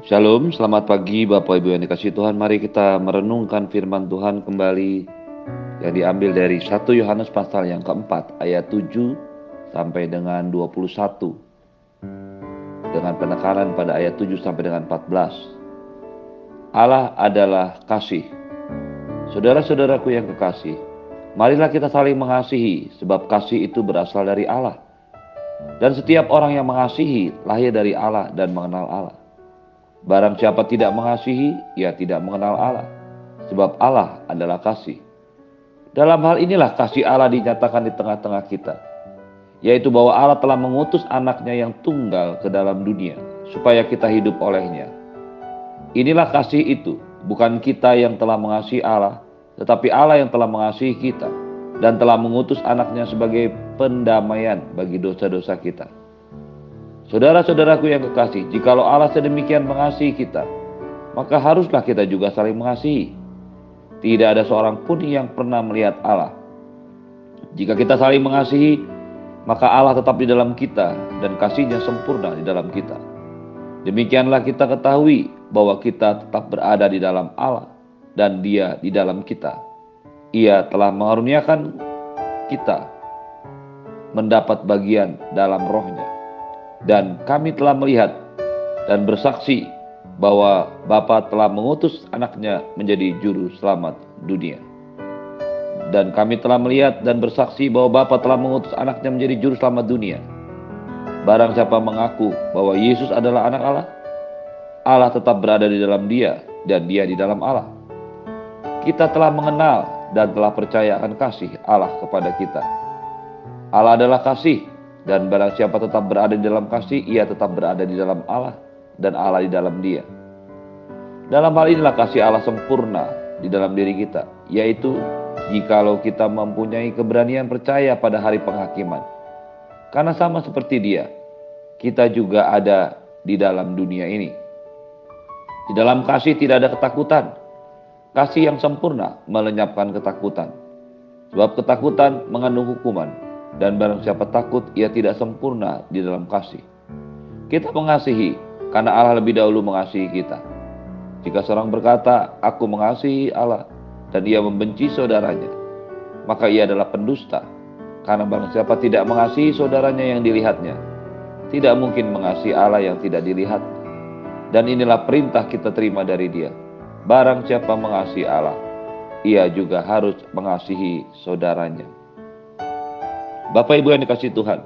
Shalom, selamat pagi Bapak Ibu yang dikasihi Tuhan. Mari kita merenungkan firman Tuhan kembali yang diambil dari 1 Yohanes pasal yang keempat ayat 7 sampai dengan 21 dengan penekanan pada ayat 7 sampai dengan 14. Allah adalah kasih. Saudara-saudaraku yang kekasih, marilah kita saling mengasihi sebab kasih itu berasal dari Allah. Dan setiap orang yang mengasihi lahir dari Allah dan mengenal Allah. Barang siapa tidak mengasihi, ia tidak mengenal Allah, sebab Allah adalah kasih. Dalam hal inilah kasih Allah dinyatakan di tengah-tengah kita, yaitu bahwa Allah telah mengutus anaknya yang tunggal ke dalam dunia, supaya kita hidup olehnya. Inilah kasih itu, bukan kita yang telah mengasihi Allah, tetapi Allah yang telah mengasihi kita, dan telah mengutus anaknya sebagai pendamaian bagi dosa-dosa kita. Saudara-saudaraku yang kekasih, jikalau Allah sedemikian mengasihi kita, maka haruslah kita juga saling mengasihi. Tidak ada seorang pun yang pernah melihat Allah. Jika kita saling mengasihi, maka Allah tetap di dalam kita dan kasih-Nya sempurna di dalam kita. Demikianlah kita ketahui bahwa kita tetap berada di dalam Allah dan Dia di dalam kita. Ia telah mengaruniakan kita mendapat bagian dalam roh-Nya. Dan kami telah melihat dan bersaksi bahwa Bapa telah mengutus anaknya menjadi juru selamat dunia. Dan kami telah melihat dan bersaksi bahwa Bapa telah mengutus anaknya menjadi juru selamat dunia. Barang siapa mengaku bahwa Yesus adalah anak Allah, Allah tetap berada di dalam dia dan dia di dalam Allah. Kita telah mengenal dan telah percaya akan kasih Allah kepada kita. Allah adalah kasih, dan barang siapa tetap berada di dalam kasih, ia tetap berada di dalam Allah dan Allah di dalam dia. Dalam hal inilah kasih Allah sempurna di dalam diri kita, yaitu jikalau kita mempunyai keberanian percaya pada hari penghakiman. Karena sama seperti Dia, kita juga ada di dalam dunia ini. Di dalam kasih tidak ada ketakutan. Kasih yang sempurna melenyapkan ketakutan. Sebab ketakutan mengandung hukuman. Dan barang siapa takut, ia tidak sempurna di dalam kasih. Kita mengasihi karena Allah lebih dahulu mengasihi kita. Jika seorang berkata, aku mengasihi Allah, dan ia membenci saudaranya, maka ia adalah pendusta. Karena barang siapa tidak mengasihi saudaranya yang dilihatnya, tidak mungkin mengasihi Allah yang tidak dilihat. Dan inilah perintah kita terima dari Dia. Barang siapa mengasihi Allah, ia juga harus mengasihi saudaranya. Bapak Ibu yang dikasihi Tuhan,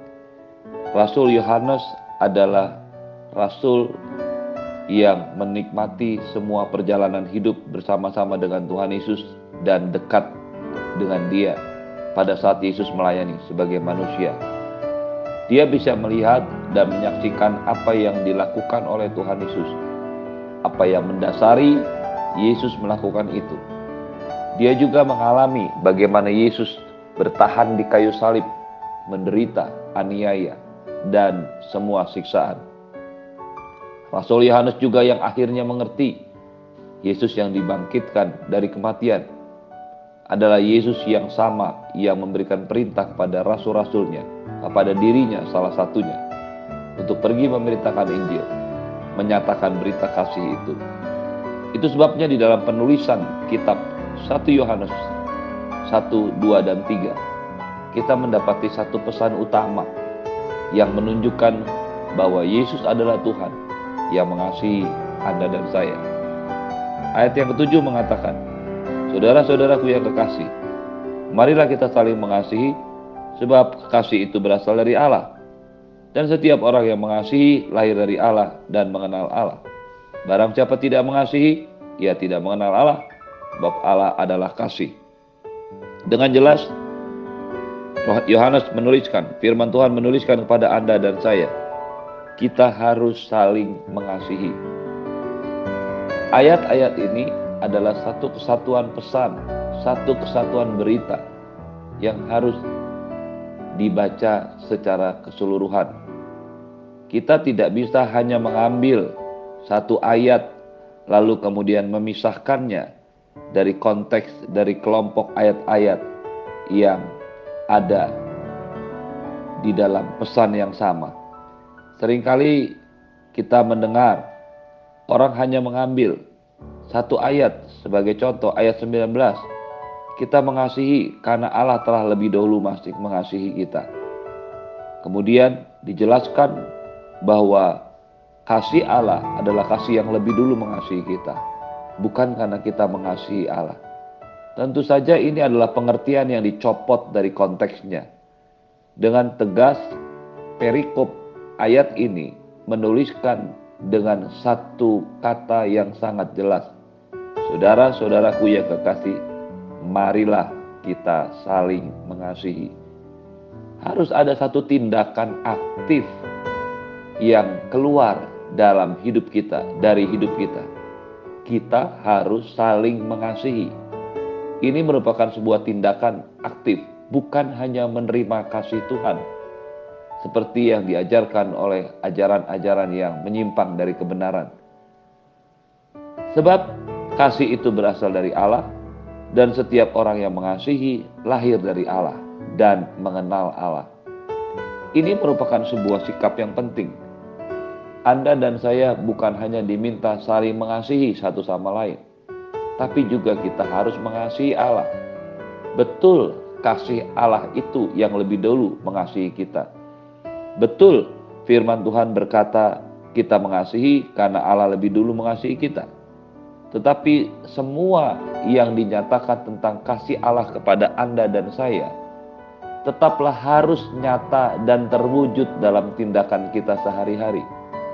Rasul Yohanes adalah rasul yang menikmati semua perjalanan hidup bersama-sama dengan Tuhan Yesus dan dekat dengan Dia pada saat Yesus melayani sebagai manusia. Dia bisa melihat dan menyaksikan apa yang dilakukan oleh Tuhan Yesus, apa yang mendasari Yesus melakukan itu. Dia juga mengalami bagaimana Yesus bertahan di kayu salib, menderita, aniaya, dan semua siksaan. Rasul Yohanes juga yang akhirnya mengerti Yesus yang dibangkitkan dari kematian adalah Yesus yang sama yang memberikan perintah kepada rasul-rasulnya, kepada dirinya salah satunya, untuk pergi memberitakan Injil, menyatakan berita kasih itu. Itu sebabnya di dalam penulisan kitab 1 Yohanes 1, 2, dan 3, kita mendapati satu pesan utama yang menunjukkan bahwa Yesus adalah Tuhan yang mengasihi Anda dan saya. Ayat yang ke-7 mengatakan, saudara-saudaraku yang kekasih, marilah kita saling mengasihi, sebab kasih itu berasal dari Allah. Dan setiap orang yang mengasihi lahir dari Allah dan mengenal Allah. Barang siapa tidak mengasihi, ia tidak mengenal Allah, sebab Allah adalah kasih. Dengan jelas, Yohanes menuliskan, firman Tuhan menuliskan kepada Anda dan saya, kita harus saling mengasihi. Ayat-ayat ini adalah satu kesatuan pesan, satu kesatuan berita yang harus dibaca secara keseluruhan. Kita tidak bisa hanya mengambil satu ayat lalu kemudian memisahkannya dari konteks, dari kelompok ayat-ayat yang ada di dalam pesan yang sama. Seringkali kita mendengar Orang hanya mengambil satu ayat sebagai contoh, ayat 19. Kita mengasihi karena Allah telah lebih dahulu masih mengasihi kita. Kemudian dijelaskan bahwa kasih Allah adalah kasih yang lebih dulu mengasihi kita, bukan karena kita mengasihi Allah. Tentu saja ini adalah pengertian yang dicopot dari konteksnya. Dengan tegas, perikop ayat ini menuliskan dengan satu kata yang sangat jelas. Saudara-saudaraku yang kekasih, marilah kita saling mengasihi. Harus ada satu tindakan aktif yang keluar dalam hidup kita, dari hidup kita. Kita harus saling mengasihi. Ini merupakan sebuah tindakan aktif, bukan hanya menerima kasih Tuhan, seperti yang diajarkan oleh ajaran-ajaran yang menyimpang dari kebenaran. Sebab kasih itu berasal dari Allah, dan setiap orang yang mengasihi lahir dari Allah dan mengenal Allah. Ini merupakan sebuah sikap yang penting. Anda dan saya bukan hanya diminta saling mengasihi satu sama lain, tapi juga kita harus mengasihi Allah. Betul, kasih Allah itu yang lebih dulu mengasihi kita. Betul, firman Tuhan berkata kita mengasihi karena Allah lebih dulu mengasihi kita. Tetapi semua yang dinyatakan tentang kasih Allah kepada Anda dan saya tetaplah harus nyata dan terwujud dalam tindakan kita sehari-hari.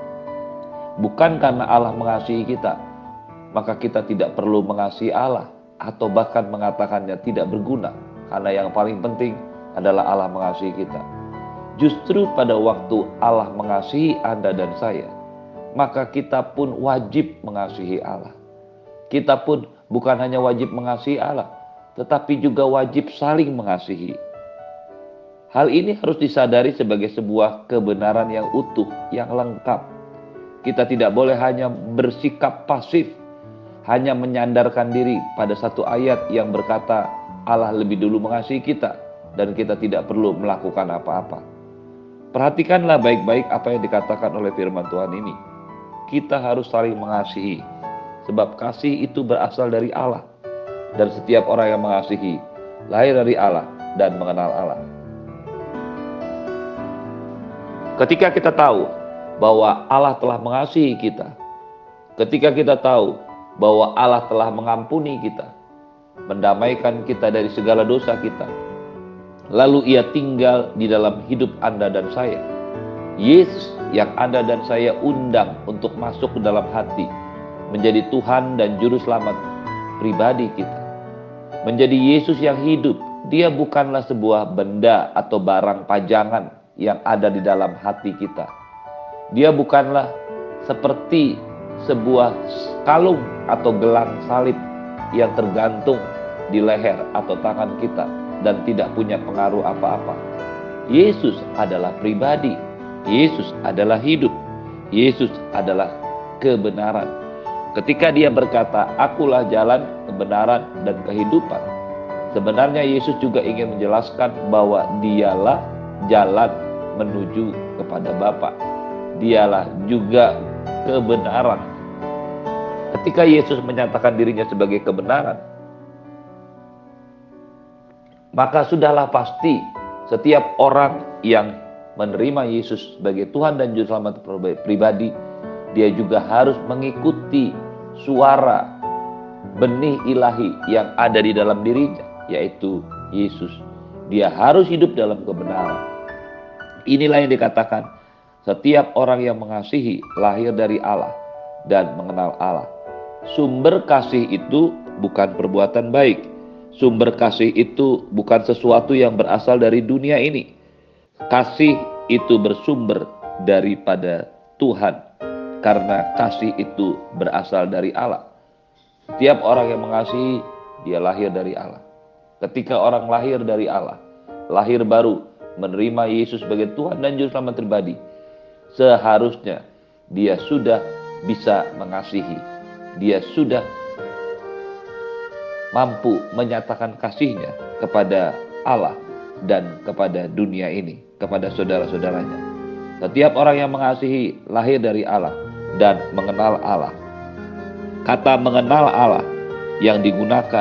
Bukan karena Allah mengasihi kita, maka kita tidak perlu mengasihi Allah, atau bahkan mengatakannya tidak berguna, karena yang paling penting adalah Allah mengasihi kita. Justru pada waktu Allah mengasihi Anda dan saya, maka kita pun wajib mengasihi Allah. Kita pun bukan hanya wajib mengasihi Allah, tetapi juga wajib saling mengasihi. Hal ini harus disadari sebagai sebuah kebenaran yang utuh, yang lengkap. Kita tidak boleh hanya bersikap pasif, hanya menyandarkan diri pada satu ayat yang berkata Allah lebih dulu mengasihi kita dan kita tidak perlu melakukan apa-apa. Perhatikanlah baik-baik apa yang dikatakan oleh firman Tuhan ini. Kita harus saling mengasihi, sebab kasih itu berasal dari Allah, dan setiap orang yang mengasihi lahir dari Allah dan mengenal Allah. Ketika kita tahu bahwa Allah telah mengasihi kita, ketika kita tahu bahwa Allah telah mengampuni kita, mendamaikan kita dari segala dosa kita, lalu Ia tinggal di dalam hidup Anda dan saya. Yesus yang Anda dan saya undang untuk masuk ke dalam hati, menjadi Tuhan dan Juru Selamat pribadi kita. Menjadi Yesus yang hidup. Dia bukanlah sebuah benda atau barang pajangan yang ada di dalam hati kita. Dia bukanlah seperti sebuah kalung atau gelang salib yang tergantung di leher atau tangan kita dan tidak punya pengaruh apa-apa. Yesus adalah pribadi. Yesus adalah hidup. Yesus adalah kebenaran. Ketika Dia berkata, "Akulah jalan, kebenaran, dan kehidupan," sebenarnya Yesus juga ingin menjelaskan bahwa Dialah jalan menuju kepada Bapa. Dialah juga kebenaran. Ketika Yesus menyatakan dirinya sebagai kebenaran, maka sudahlah pasti setiap orang yang menerima Yesus sebagai Tuhan dan Juru Selamat pribadi, dia juga harus mengikuti suara benih ilahi yang ada di dalam dirinya, yaitu Yesus. Dia harus hidup dalam kebenaran. Inilah yang dikatakan, setiap orang yang mengasihi lahir dari Allah dan mengenal Allah. Sumber kasih itu bukan perbuatan baik. Sumber kasih itu bukan sesuatu yang berasal dari dunia ini. Kasih itu bersumber daripada Tuhan, karena kasih itu berasal dari Allah. Setiap orang yang mengasihi, dia lahir dari Allah. Ketika orang lahir dari Allah, lahir baru, menerima Yesus sebagai Tuhan dan Juru Selamat pribadi, seharusnya dia sudah bisa mengasihi. Dia sudah mampu menyatakan kasihnya kepada Allah dan kepada dunia ini, kepada saudara-saudaranya. Setiap orang yang mengasihi lahir dari Allah dan mengenal Allah. Kata mengenal Allah yang digunakan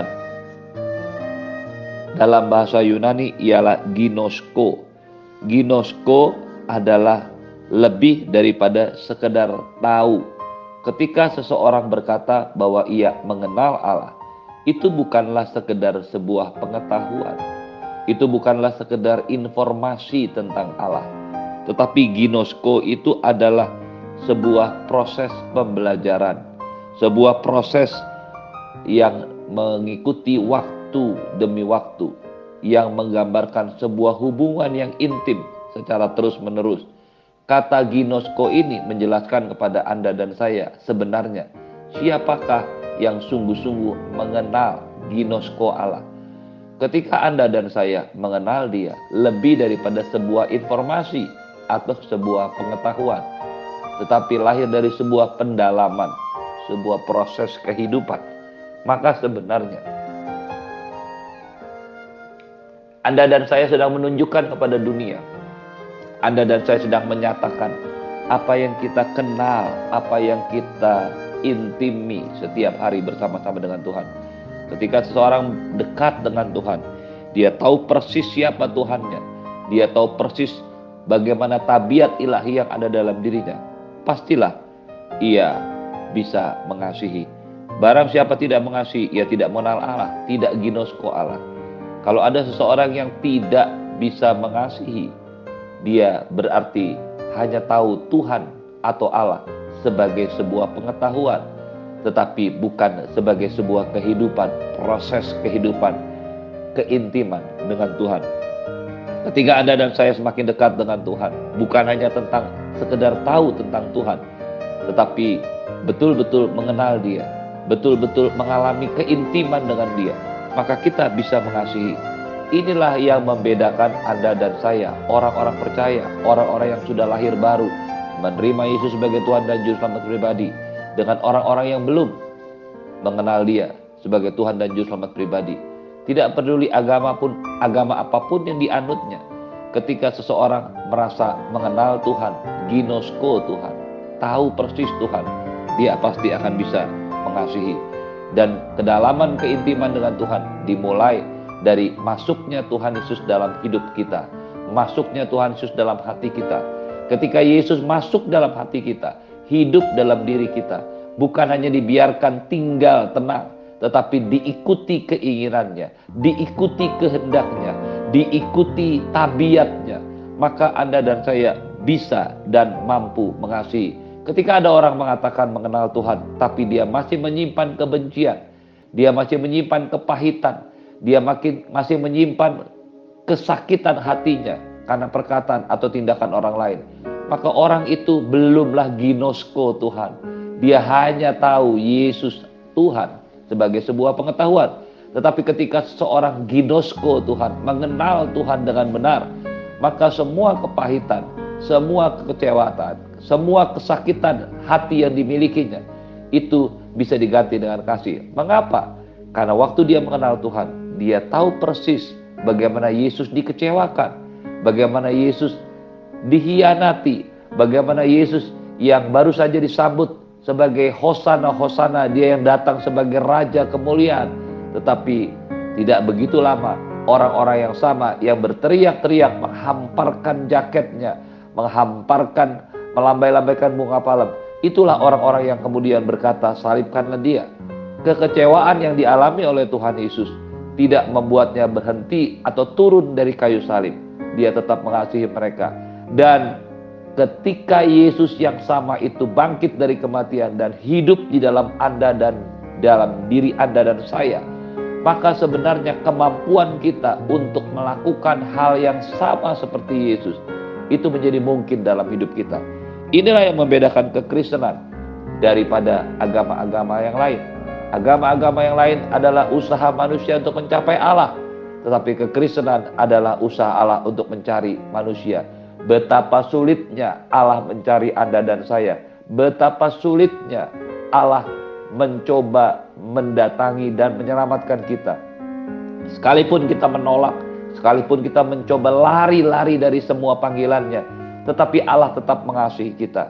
dalam bahasa Yunani ialah ginosko. Ginosko adalah lebih daripada sekedar tahu. Ketika seseorang berkata bahwa ia mengenal Allah, itu bukanlah sekedar sebuah pengetahuan. Itu bukanlah sekedar informasi tentang Allah. Tetapi ginosko itu adalah sebuah proses pembelajaran. Sebuah proses yang mengikuti waktu demi waktu, yang menggambarkan sebuah hubungan yang intim secara terus-menerus. Kata ginosko ini menjelaskan kepada Anda dan saya sebenarnya siapakah yang sungguh-sungguh mengenal ginosko Allah. Ketika Anda dan saya mengenal Dia lebih daripada sebuah informasi atau sebuah pengetahuan, tetapi lahir dari sebuah pendalaman, sebuah proses kehidupan, maka sebenarnya Anda dan saya sedang menunjukkan kepada dunia, Anda dan saya sedang menyatakan apa yang kita kenal, apa yang kita intimi setiap hari bersama-sama dengan Tuhan. Ketika seseorang dekat dengan Tuhan, dia tahu persis siapa Tuhannya, dia tahu persis bagaimana tabiat ilahi yang ada dalam dirinya, pastilah ia bisa mengasihi. Barang siapa tidak mengasihi, ia tidak mengenal Allah, tidak ginosko Allah. Kalau ada seseorang yang tidak bisa mengasihi, dia berarti hanya tahu Tuhan atau Allah sebagai sebuah pengetahuan, tetapi bukan sebagai sebuah kehidupan, proses kehidupan, keintiman dengan Tuhan. Ketika Anda dan saya semakin dekat dengan Tuhan, bukan hanya tentang sekedar tahu tentang Tuhan, tetapi betul-betul mengenal Dia, betul-betul mengalami keintiman dengan Dia, maka kita bisa mengasihi. Inilah yang membedakan Anda dan saya, orang-orang percaya, orang-orang yang sudah lahir baru, menerima Yesus sebagai Tuhan dan Juru Selamat pribadi, dengan orang-orang yang belum mengenal Dia sebagai Tuhan dan Juru Selamat pribadi. Tidak peduli agama apapun yang dianutnya, ketika seseorang merasa mengenal Tuhan, ginosko Tuhan, tahu persis Tuhan, dia pasti akan bisa mengasihi. Dan kedalaman keintiman dengan Tuhan dimulai dari masuknya Tuhan Yesus dalam hidup kita, masuknya Tuhan Yesus dalam hati kita. Ketika Yesus masuk dalam hati kita, hidup dalam diri kita, bukan hanya dibiarkan tinggal tenang, tetapi diikuti keinginannya, diikuti kehendaknya, diikuti tabiatnya, maka Anda dan saya bisa dan mampu mengasihi. Ketika ada orang mengatakan mengenal Tuhan, tapi dia masih menyimpan kebencian, dia masih menyimpan kepahitan, dia masih menyimpan kesakitan hatinya karena perkataan atau tindakan orang lain, maka orang itu belumlah ginosko Tuhan. Dia hanya tahu Yesus Tuhan sebagai sebuah pengetahuan. Tetapi ketika seorang ginosko Tuhan, mengenal Tuhan dengan benar, maka semua kepahitan, semua kekecewaan, semua kesakitan hati yang dimilikinya, itu bisa diganti dengan kasih. Mengapa? Karena waktu dia mengenal Tuhan, dia tahu persis bagaimana Yesus dikecewakan, bagaimana Yesus dihianati, bagaimana Yesus yang baru saja disambut sebagai Hosana, Hosana, dia yang datang sebagai Raja kemuliaan. Tetapi tidak begitu lama, orang-orang yang sama yang berteriak-teriak, menghamparkan jaketnya, melambai-lambaikan bunga palem. Itulah orang-orang yang kemudian berkata, salibkanlah dia. Kekecewaan yang dialami oleh Tuhan Yesus tidak membuatnya berhenti atau turun dari kayu salib. Dia tetap mengasihi mereka. Dan ketika Yesus yang sama itu bangkit dari kematian dan hidup di dalam Anda dan dalam diri Anda dan saya, maka sebenarnya kemampuan kita untuk melakukan hal yang sama seperti Yesus itu menjadi mungkin dalam hidup kita. Inilah yang membedakan kekristenan daripada agama-agama yang lain. Agama-agama yang lain adalah usaha manusia untuk mencapai Allah, tetapi kekristenan adalah usaha Allah untuk mencari manusia. Betapa sulitnya Allah mencari Anda dan saya. Betapa sulitnya Allah mencoba mendatangi dan menyelamatkan kita. Sekalipun kita menolak, sekalipun kita mencoba lari-lari dari semua panggilannya, tetapi Allah tetap mengasihi kita.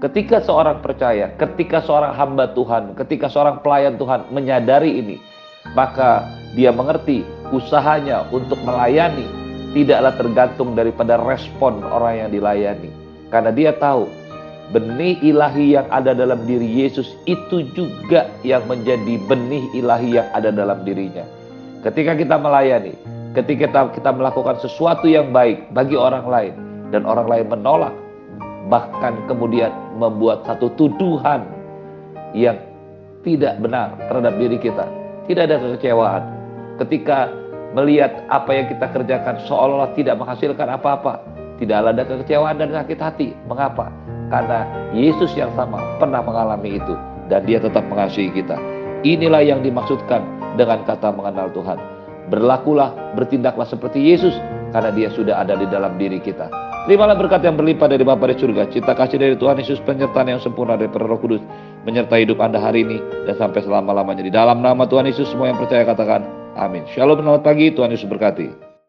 Ketika seorang percaya, ketika seorang hamba Tuhan, ketika seorang pelayan Tuhan menyadari ini, maka dia mengerti usahanya untuk melayani tidaklah tergantung daripada respon orang yang dilayani. Karena dia tahu benih ilahi yang ada dalam diri Yesus itu juga yang menjadi benih ilahi yang ada dalam dirinya. Ketika kita melayani, ketika kita melakukan sesuatu yang baik bagi orang lain dan orang lain menolak, bahkan kemudian membuat satu tuduhan yang tidak benar terhadap diri kita, tidak ada kekecewaan. Ketika melihat apa yang kita kerjakan seolah-olah tidak menghasilkan apa-apa, tidak ada kekecewaan dan sakit hati. Mengapa? Karena Yesus yang sama pernah mengalami itu dan dia tetap mengasihi kita. Inilah yang dimaksudkan dengan kata mengenal Tuhan. Berlakulah, bertindaklah seperti Yesus karena dia sudah ada di dalam diri kita. Terimalah berkat yang berlimpah dari Bapa di surga, cinta kasih dari Tuhan Yesus, penyertaan yang sempurna dari Roh Kudus menyertai hidup Anda hari ini dan sampai selama-lamanya. Di dalam nama Tuhan Yesus, semua yang percaya katakan amin. Shalom, selamat pagi, Tuhan Yesus berkati.